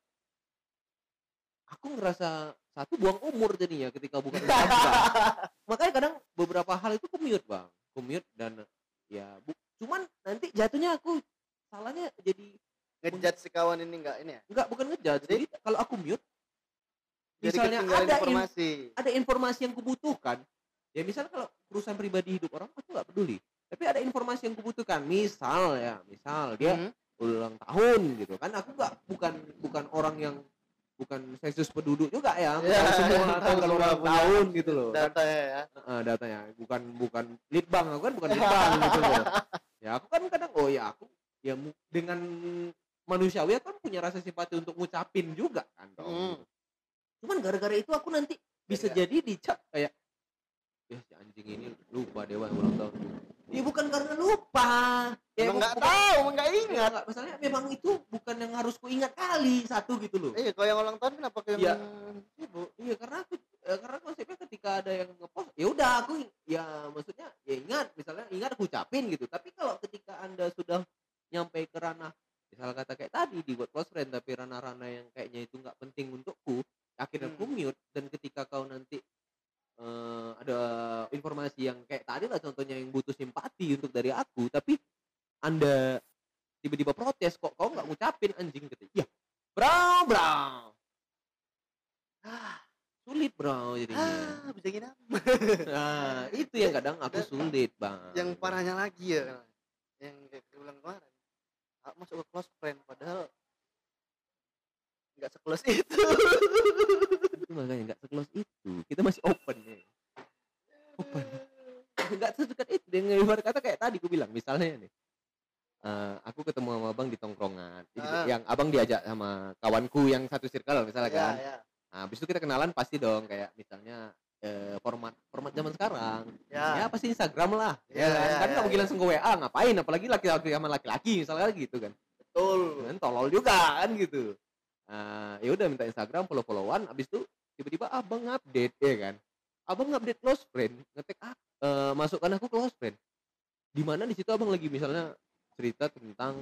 aku ngerasa satu buang umur jadinya ketika buka Instagram. Makanya kadang beberapa hal itu ku-mute, Bang. Ku-mute dan ya cuman nanti jatuhnya aku salahnya jadi Ngejudge si kawan ini enggak ini ya? enggak, bukan ngejudge. Jadi kalau aku mute Jadi misalnya ketinggalan ada informasi. ada informasi yang kubutuhkan. Ya misalnya kalau urusan pribadi hidup orang aku nggak peduli. Tapi ada informasi yang kubutuhkan. Misal dia ulang tahun gitu kan. Aku nggak bukan orang yang bukan sensus penduduk juga ya. Bukan semua tanggal ulang tahun gitu loh. Datanya ya. Datanya bukan litbang, aku kan bukan litbang gitu loh. Ya aku kan kadang aku ya dengan manusiawi kan punya rasa simpati untuk ngucapin juga kan dong. Cuman gara-gara itu aku nanti bisa jadi dicap kayak ya si anjing ini lupa dewa ulang tahun. Ya bukan karena lupa. Ya enggak tahu, enggak ingat. Enggak, masalahnya memang itu bukan yang harus ku ingat kali satu gitu loh. Iya, kalau yang ulang tahun kenapa kayak sibuk? Iya, karena konsepnya ketika ada yang ngepost, ya udah aku ya maksudnya ya ingat aku ucapin gitu. Tapi kalau ketika Anda sudah nyampe ke ranah misal kata kayak tadi dibuat close friend tapi ranah-ranah yang kayaknya itu nggak penting untukku, akhirnya aku mute. Dan ketika kau nanti ada informasi yang kayak tadi lah contohnya yang butuh simpati untuk dari aku, tapi Anda tiba-tiba protes kok kau nggak ngucapin anjing gitu. Ya, bro. Sulit, Bro, jadinya. Bisa gini. Nah, itu yang kadang aku sulit, Bang. Yang parahnya lagi ya, yang kayak bilang kemarin. Masuk ke close friend padahal nggak se-close itu. Itu makanya nggak se-close itu. Kita masih open ya. Open. Nggak sedekat itu. Dengan ibarat kata kayak tadi aku bilang, misalnya nih. Aku ketemu sama abang di tongkrongan. Yang abang diajak sama kawanku yang satu circle misalnya kan. Ya. Nah, habis itu kita kenalan pasti dong kayak misalnya format zaman sekarang. Ya pasti Instagram lah. Kan nggak mungkin langsung ke WA, ngapain apalagi laki-laki sama laki-laki misalnya gitu kan. Betul. Kan tolol juga kan gitu. Ya udah minta Instagram follow-followan, habis itu tiba-tiba abang update ya kan. Abang update close friend, ngetek masukkan aku close friend. Di mana di situ abang lagi misalnya cerita tentang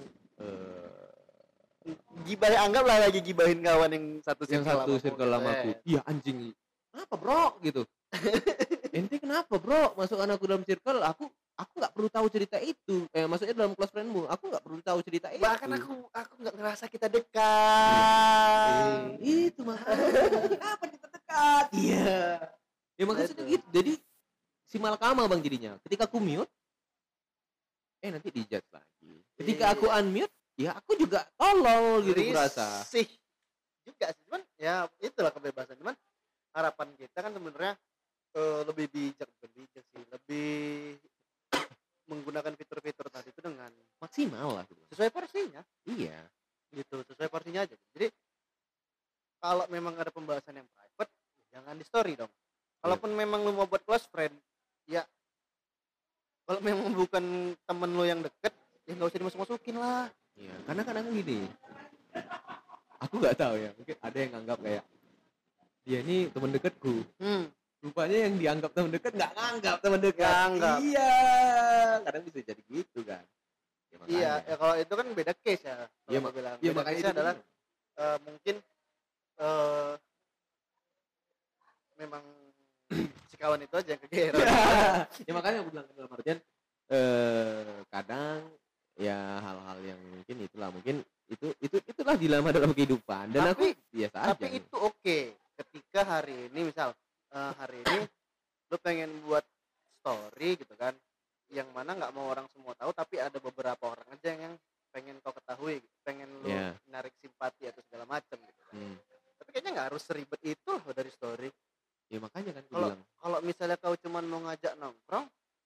anggaplah lagi gibahin kawan yang satu circle lamaku. Iya anjing. Kenapa, Bro? Gitu. Ente kenapa, Bro? Masukkan aku dalam circle, aku nggak perlu tahu cerita itu. Maksudnya dalam close friendmu, aku nggak perlu tahu cerita itu. Bahkan aku nggak ngerasa kita dekat. Itu makanya. Kenapa kita dekat? Iya. Ya maksudnya gitu. Jadi si malakama Bang jadinya. Ketika aku mute nanti dijudge lagi. Ketika aku unmute, ya aku juga tolol gitu berasa. Sih juga sih, cuman ya itulah kebebasan. Cuman harapan kita kan sebenarnya lebih bijak sih, lebih menggunakan fitur-fitur tadi itu dengan maksimal lah gitu. Sesuai porsinya. Iya. Gitu, sesuai porsinya aja. Jadi kalau memang ada pembahasan yang private, jangan di story dong. Kalaupun memang lu mau buat close friend, ya kalau memang bukan temen lo yang deket, ya nggak usah dimasuk-masukin lah. Iya, karena kadang gini, aku nggak tahu ya, mungkin ada yang anggap kayak dia ini teman dekatku. Rupanya yang dianggap teman dekat nggak nganggap teman dekat. Iya, kadang bisa jadi gitu kan. Ya, ya kalau itu kan beda case ya. Iya, makanya itu adalah mungkin memang si kawan itu aja yang kegeeran. Ya makanya aku bilang dalam artian kadang ya hal-hal yang mungkin itulah dilema dalam kehidupan dan aku biasa aja. Tapi itu oke. Ketika hari ini misal hari ini lu pengen buat story gitu kan, yang mana nggak mau orang semua tahu, tapi ada beberapa orang aja yang pengen kau ketahui, pengen lu narik simpati atau segala macam gitu kan. Tapi kayaknya nggak harus seribet itu loh dari story. Ya makanya kan kalau misalnya kau cuman mau ngajak nongkrong,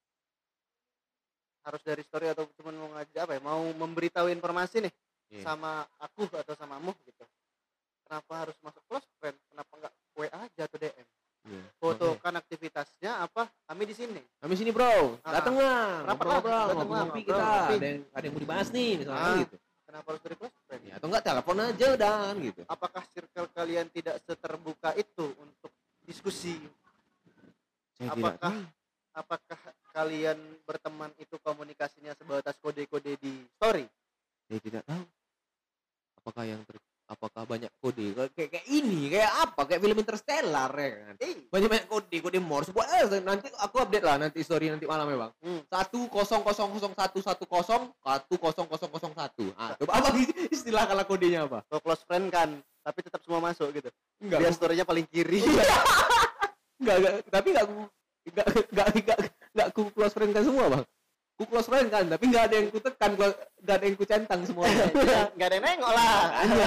harus dari story atau cuman mau ngajak mau memberitahu informasi nih sama aku atau samamu gitu. Kenapa harus masuk close friend? Kenapa nggak WA aja atau DM? Foto kan aktivitasnya apa? Kami di sini. Kami sini, Bro. Datang lah. Ngopi kita. Ada yang mau dibahas nih misalnya gitu. Kenapa harus dari close friend? Ya, atau enggak telepon aja dan gitu. Apakah circle kalian tidak seterbuka itu untuk diskusi? apakah kalian berteman itu komunikasinya sebatas kode-kode di story? Saya tidak tahu apakah banyak kode kayak ini kayak apa kayak film Interstellar ya kan. Banyak kode Morse buat nanti aku update lah nanti story nanti malam ya bang. 10001001 coba apa istilah kalau kodenya apa? Kalau close friend kan tapi tetap semua masuk gitu. Enggak. Biar story-nya paling kiri. enggak tapi enggak ku close friend kan semua bang. Ku close friend kan tapi enggak ada yang ku tekan, enggak ada yang ku centang semuanya. Enggak ada yang nengok lah.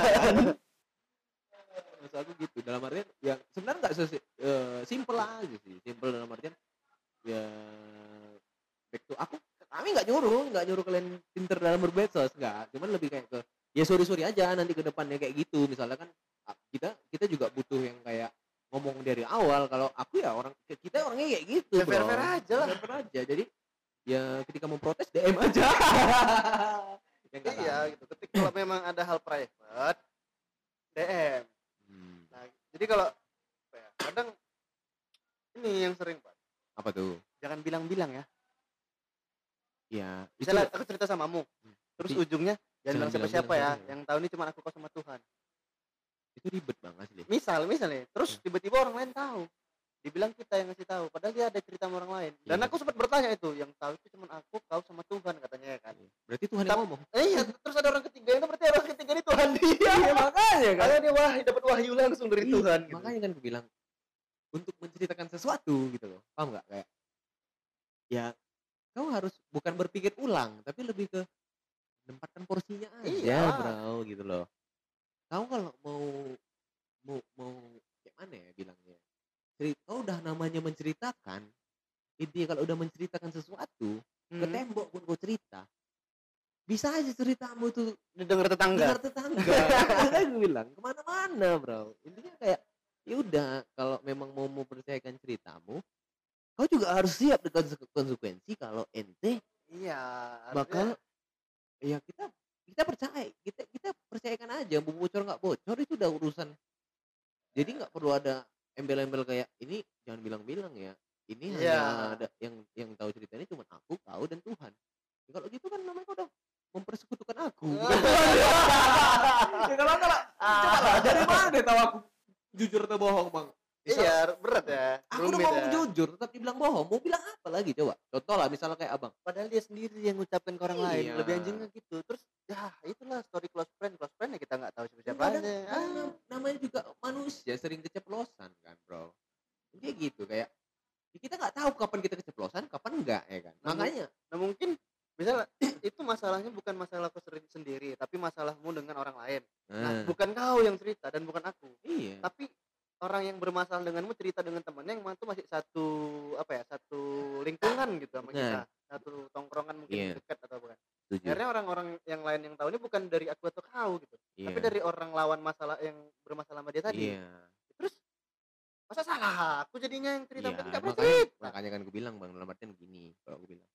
Maksud aku gitu dalam artian ya sebenarnya enggak simple aja sih. Simple dalam artian ya back to kami enggak nyuruh kalian pinter dalam bermedsos enggak. Cuman lebih kayak ke ya sorry aja nanti ke depannya kayak gitu. Misalnya kan kita juga butuh yang kayak ngomong dari awal kalau aku ya kita orangnya kayak gitu ya, fair aja lah. Fair aja. Jadi ya ketika mau protes DM aja. Ya iya gitu. Ketika kalau memang ada hal private DM. Nah, jadi kalau kadang ini yang sering Pak. Apa tuh? Jangan bilang-bilang ya. Ya, misalnya aku cerita samamu. Terus ujungnya jangan bilang siapa-siapa ya. Yang tahu ini cuma aku kau sama Tuhan. Itu ribet banget sih. Misalnya, terus tiba-tiba orang lain tahu. Dibilang kita yang ngasih tahu, padahal dia ada cerita sama orang lain. Dan aku sempat bertanya itu, yang tahu itu cuma aku, kau sama Tuhan katanya ya kan. Berarti Tuhan yang ngomong. Iya, terus ada orang ketiga itu berarti orang ketiga ini Tuhan dia. Iya, makanya kan. Karena dia dapat wahyu langsung dari Tuhan. Gitu. Makanya kan aku bilang untuk menceritakan sesuatu gitu loh. Paham nggak kayak? Ya, kau harus bukan berpikir ulang, tapi lebih ke menempatkan porsinya aja, bro, gitu loh. Kau kalau mau kayak mana ya bilangnya? Kau udah namanya menceritakan, intinya kalau udah menceritakan sesuatu ke tembok pun kau cerita, bisa aja ceritamu tuh didengar tetangga. Aku bilang kemana-mana bro. Intinya kayak ya udah kalau memang mau percayakan ceritamu, kau juga harus siap dengan konsekuensi kalau ente bakal ya kita percaya kita percayakan aja mau bocor nggak bocor itu udah urusan. Jadi nggak perlu ada embel-embel kayak ini jangan bilang-bilang ya. Ini hanya ada yang tahu cerita ini cuma aku, kau dan Tuhan. Ya, kalau gitu kan namanya udah mempersekutukan aku. Ya kalau coba lah dari mana dia tahu aku jujur atau bohong bang? Iya berat ya. Aku udah ngomong jujur tetap dibilang bohong. Mau bilang apa lagi coba? Contoh lah misalnya kayak abang. Padahal dia sendiri yang ngucapin ke orang lain. Lebih anjingnya gitu. Terus ya itulah story close friend ya kita nggak tahu siapa aja. Namanya juga manusia sering keceplosan kan bro. Dia gitu kayak kita nggak tahu kapan kita keceplosan, kapan enggak ya kan. Makanya. Nah mungkin misalnya itu masalahnya bukan masalah aku sendiri, tapi masalahmu dengan orang lain. Nah bukan kau yang cerita dan bukan aku. Iya. Tapi orang yang bermasalah denganmu cerita dengan temannya yang tuh masih satu lingkungan gitu sama kita, satu tongkrongan mungkin dekat atau bukan. Akhirnya orang-orang yang lain yang tahu ini bukan dari aku atau kau gitu, tapi dari orang lawan masalah yang bermasalah sama dia tadi. Terus masa salah aku jadinya yang cerita makanya kan aku bilang bang dalam artian gini kalau aku bilang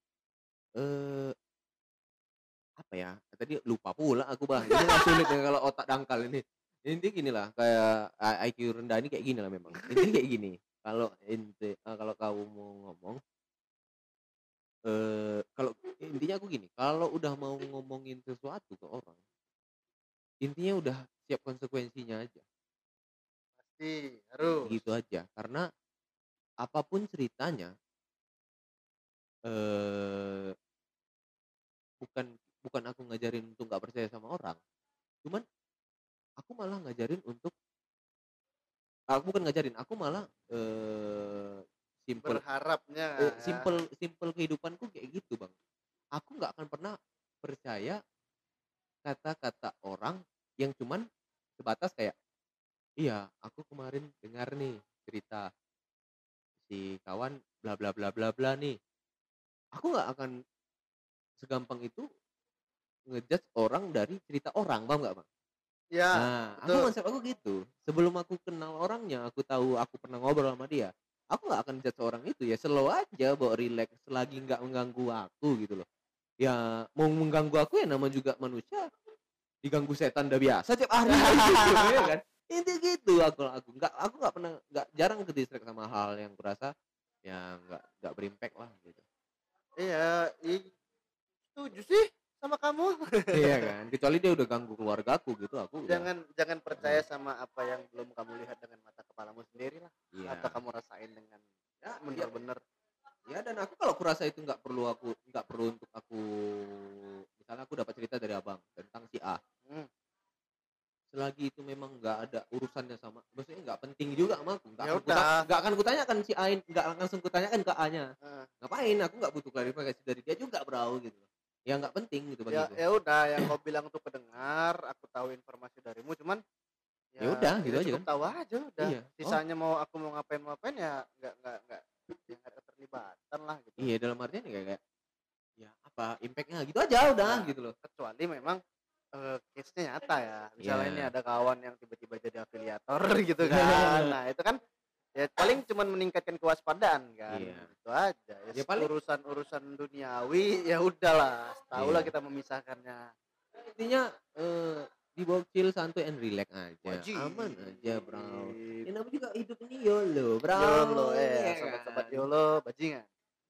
apa ya tadi lupa pula aku bang ini nggak sulit ya kalau otak dangkal ini. Intinya gini lah kayak IQ rendah ini kayak gini lah memang. Intinya kayak gini. Kalau kamu mau ngomong kalau intinya aku gini, kalau udah mau ngomongin sesuatu ke orang, intinya udah siap konsekuensinya aja. Pasti harus. Gitu aja. Karena apapun ceritanya bukan aku ngajarin untuk nggak percaya sama orang. Cuman aku malah ngajarin untuk aku malah berharapnya simple kehidupanku kayak gitu bang. Aku nggak akan pernah percaya kata-kata orang yang cuman sebatas kayak iya aku kemarin dengar nih cerita si kawan bla bla bla bla bla nih. Aku nggak akan segampang itu ngejudge orang dari cerita orang, bang nggak bang? Ya, konsep aku gitu. Sebelum aku kenal orangnya, aku tahu aku pernah ngobrol sama dia. Aku nggak akan judge orang itu ya, slow aja, bawa relax, selagi nggak mengganggu aku gitu loh. Ya mau mengganggu aku ya nama juga manusia. Diganggu setan udah biasa tiap hari gitu, ya kan? Intinya gitu aku nggak pernah jarang ke distract sama hal yang kurasa ya nggak berimpact lah gitu. Iya, setuju sih sama kamu. Iya kan, kecuali dia udah ganggu keluargaku gitu, aku udah Jangan jangan percaya sama apa yang belum kamu lihat dengan mata kepalamu sendiri lah, iya. atau kamu rasain dengan Ya, bener-bener. ya dan aku kalau kurasa itu nggak perlu untuk aku, misalnya aku dapat cerita dari abang tentang si A, Hmm, selagi itu memang nggak ada urusannya sama, maksudnya nggak penting juga sama aku, ya udah. nggak akan kutanyakan si A, nggak langsung kutanyakan ke A nya, Heeh. ngapain, aku nggak butuh klarifikasi dari dia juga bro gitu, ya nggak penting gitu Ya bagiku. ya udah, yang kau bilang tuh kedengar, aku tahu informasi darimu, cuman Ya udah ya gitu aja cukup kan. tahu aja udah. Iya, oh Sisanya mau aku mau ngapain ya nggak ya nggak ada keterlibatan lah gitu. iya, dalam artian kayak ya apa impactnya gitu aja udah Ya, gitu loh. kecuali memang case-nya nyata ya. Misalnya ini Iya. ada kawan yang tiba-tiba jadi afiliator gitu kan. Nah, itu kan ya paling cuman meningkatkan kewaspadaan kan. Iya. Itu aja. Ya, Ya paling urusan duniawi ya udahlah, tahulah iya. kita memisahkannya. Intinya dibawa chill, santuy and relax aja, Wajib. aman aja bro. Ya namanya juga hidup ini YOLO bro, YOLO ya sobat-sobat kan. YOLO bajingan.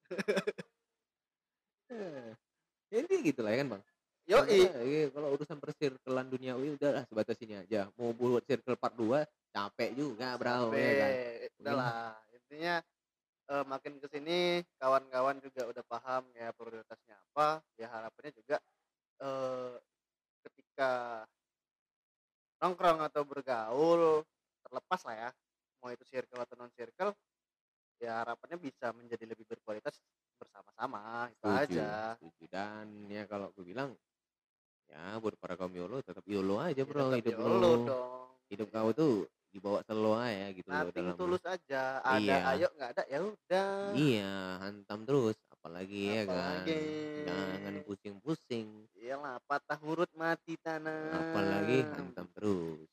Ya intinya gitu lah ya kan bang. Yoi. Sebenarnya kalau urusan persirkelan duniawi udahlah sebatas ini aja. Mau buat circle part 2 capek juga bro, ya kan. Sampai udahlah. Intinya makin ke sini kawan-kawan juga udah paham ya prioritasnya apa. Ya harapannya juga eh ketika nongkrong atau bergaul, terlepas lah ya, mau itu circle atau non circle, ya harapannya bisa menjadi lebih berkualitas bersama-sama, itu Setuju, aja. setuju. Dan ya kalau gue bilang ya buat para kaum YOLO tetap YOLO aja Ya bro tetap hidup YOLO lo. dong. Hidup Ya, kau tuh dibawa slow aja gitu loh nothing dalam. tulus aja. Ada Iya, ayo, nggak ada ya udah. iya, hantam terus, apalagi ya kan, Apalagi jangan pusing-pusing, iyalah patah urut mati apalagi tanam. hantam terus.